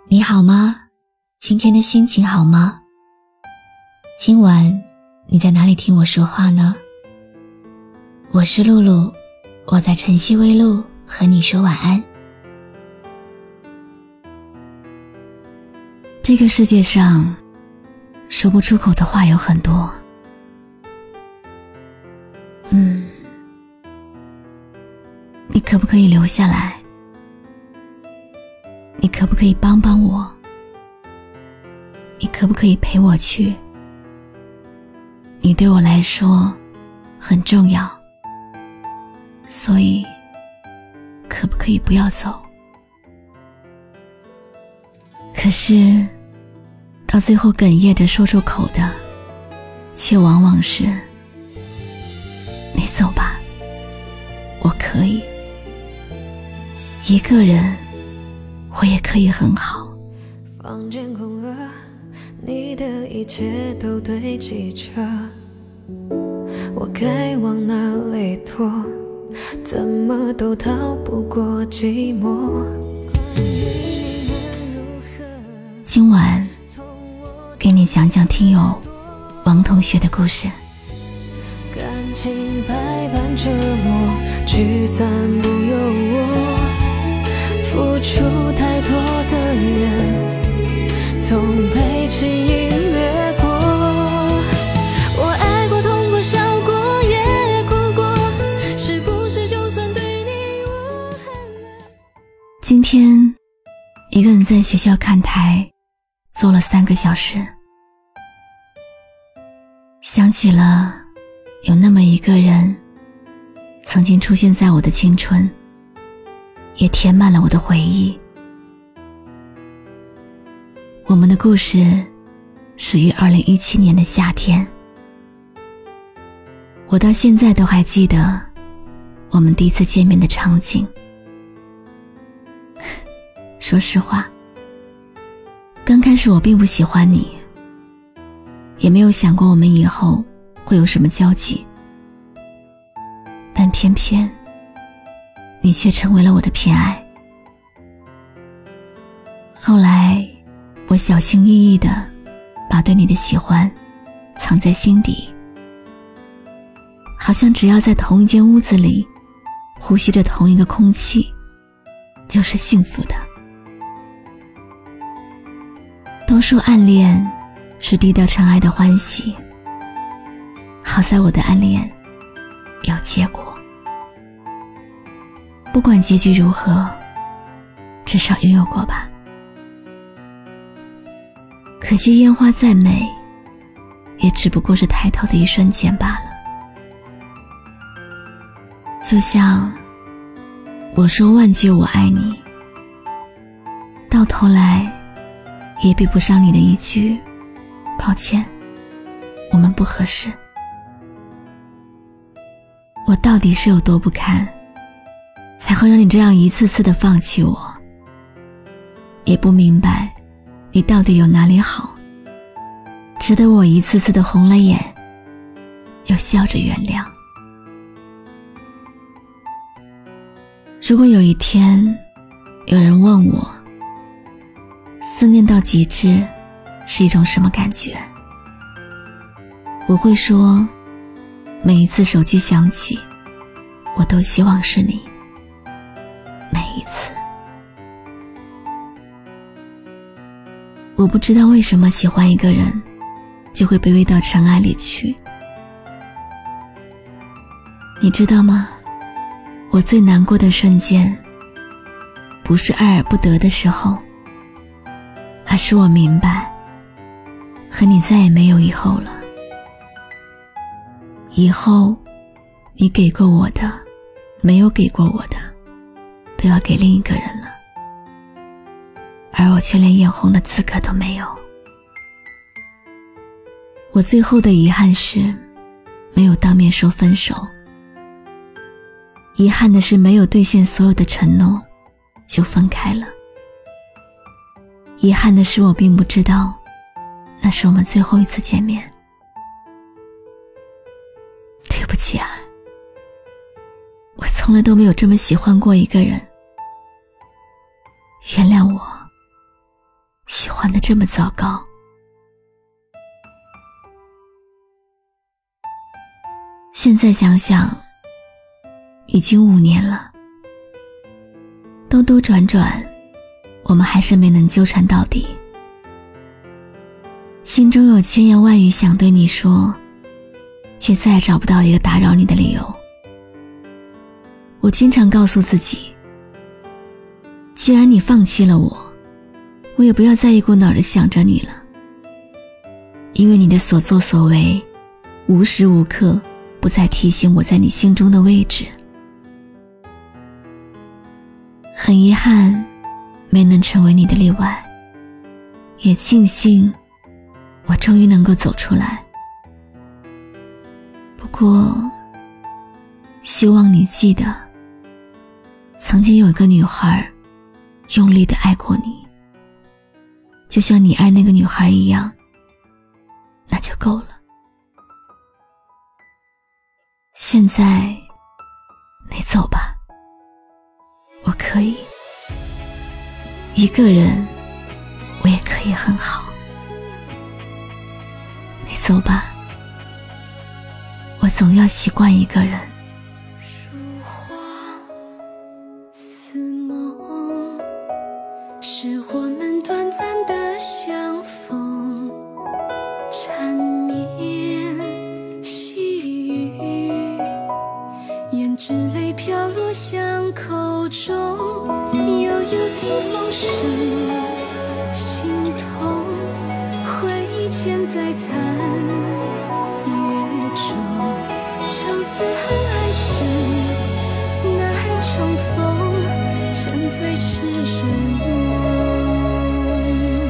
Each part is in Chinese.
你好吗？今天的心情好吗？今晚你在哪里听我说话呢？我是露露，我在晨曦微露和你说晚安。这个世界上说不出口的话有很多，你可不可以留下来？你可不可以帮帮我？你可不可以陪我去？你对我来说很重要，所以可不可以不要走？可是到最后哽咽着说出口的，却往往是你走吧，我可以一个人，我也可以很好。 房间空了，你的一切都堆积着，我该往哪里躲？怎么都逃不过寂寞。 今晚给你讲讲听友王同学的故事。 感情百般折磨，聚散不由我，付出太多的人总被轻易掠过。我爱过痛过笑过也哭过，是不是就算对你无恨了。 今天一个人在学校看台坐了3个小时，想起了有那么一个人曾经出现在我的青春，也填满了我的回忆。我们的故事始于2017年的夏天，我到现在都还记得我们第一次见面的场景。说实话，刚开始我并不喜欢你，也没有想过我们以后会有什么交集，但偏偏你却成为了我的偏爱。后来我小心翼翼地把对你的喜欢藏在心底，好像只要在同一间屋子里呼吸着同一个空气就是幸福的。都说暗恋是低调尘埃的欢喜，好在我的暗恋有结果，不管结局如何，至少拥有过吧。可惜烟花再美，也只不过是抬头的一瞬间罢了。就像我说万句我爱你，到头来也比不上你的一句抱歉，我们不合适。我到底是有多不堪，才会让你这样一次次的放弃我？也不明白你到底有哪里好，值得我一次次的红了眼，又笑着原谅。如果有一天有人问我，思念到极致是一种什么感觉，我会说，每一次手机响起，我都希望是你，每一次。我不知道为什么喜欢一个人就会卑微到尘埃里去，你知道吗？我最难过的瞬间不是爱而不得的时候，而是我明白和你再也没有以后了。以后你给过我的，没有给过我的，都要给另一个人了，而我却连眼红的资格都没有。我最后的遗憾是没有当面说分手，遗憾的是没有兑现所有的承诺就分开了，遗憾的是我并不知道那是我们最后一次见面。对不起啊，我从来都没有这么喜欢过一个人，原谅我喜欢的这么糟糕。现在想想，已经5年了，兜兜转转，我们还是没能纠缠到底。心中有千言万语想对你说，却再也找不到一个打扰你的理由。我经常告诉自己，既然你放弃了我，我也不要再一股脑地想着你了，因为你的所作所为无时无刻不再提醒我在你心中的位置。很遗憾没能成为你的例外，也庆幸我终于能够走出来。不过希望你记得，曾经有一个女孩用力地爱过你，就像你爱那个女孩一样，那就够了。现在你走吧，我可以一个人，我也可以很好。你走吧，我总要习惯一个人。 如花似梦，是我们短暂的相逢，缠绵细雨，胭脂泪飘落巷口中，悠悠听风声，心痛，回忆潜在残月中，愁思恨爱深，难重逢，沉醉痴人梦。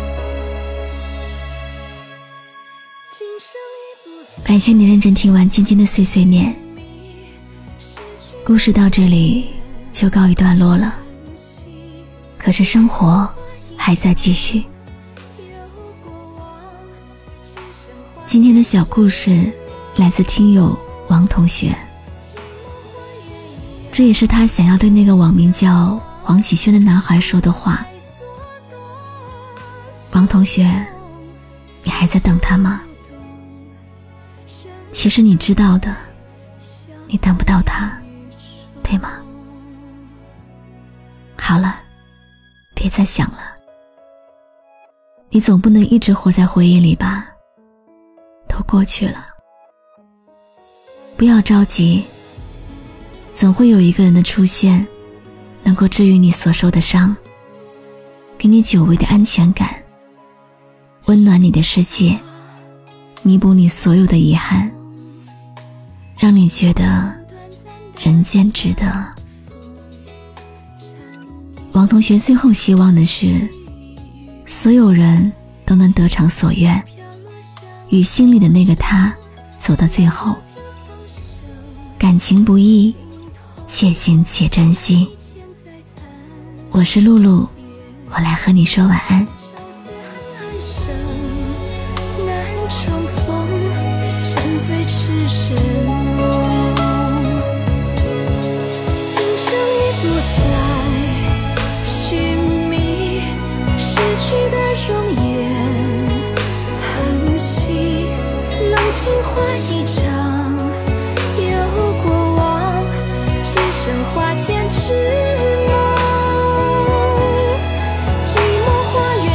今生已不感谢你认真听完今天的碎碎念，故事到这里就告一段落了，可是生活还在继续。今天的小故事来自听友王同学，这也是他想要对那个网名叫黄启轩的男孩说的话。王同学，你还在等他吗？其实你知道的，你等不到他，对吗？好了，别再想了，你总不能一直活在回忆里吧，都过去了。不要着急，总会有一个人的出现，能够治愈你所受的伤，给你久违的安全感，温暖你的世界，弥补你所有的遗憾，让你觉得人间值得。王同学最后希望的是，所有人都能得偿所愿，与心里的那个他走到最后。感情不易，且行且珍惜。我是露露，我来和你说晚安。 难重逢，沉醉痴人梦。今生已不再寻觅失去的容颜，叹息冷清花一场，有过往，只剩花间之梦。寂寞花园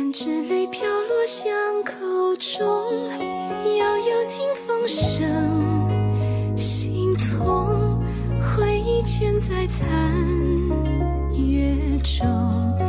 胭脂泪飘落巷口中，遥遥听风声，心痛，回忆嵌在残月中。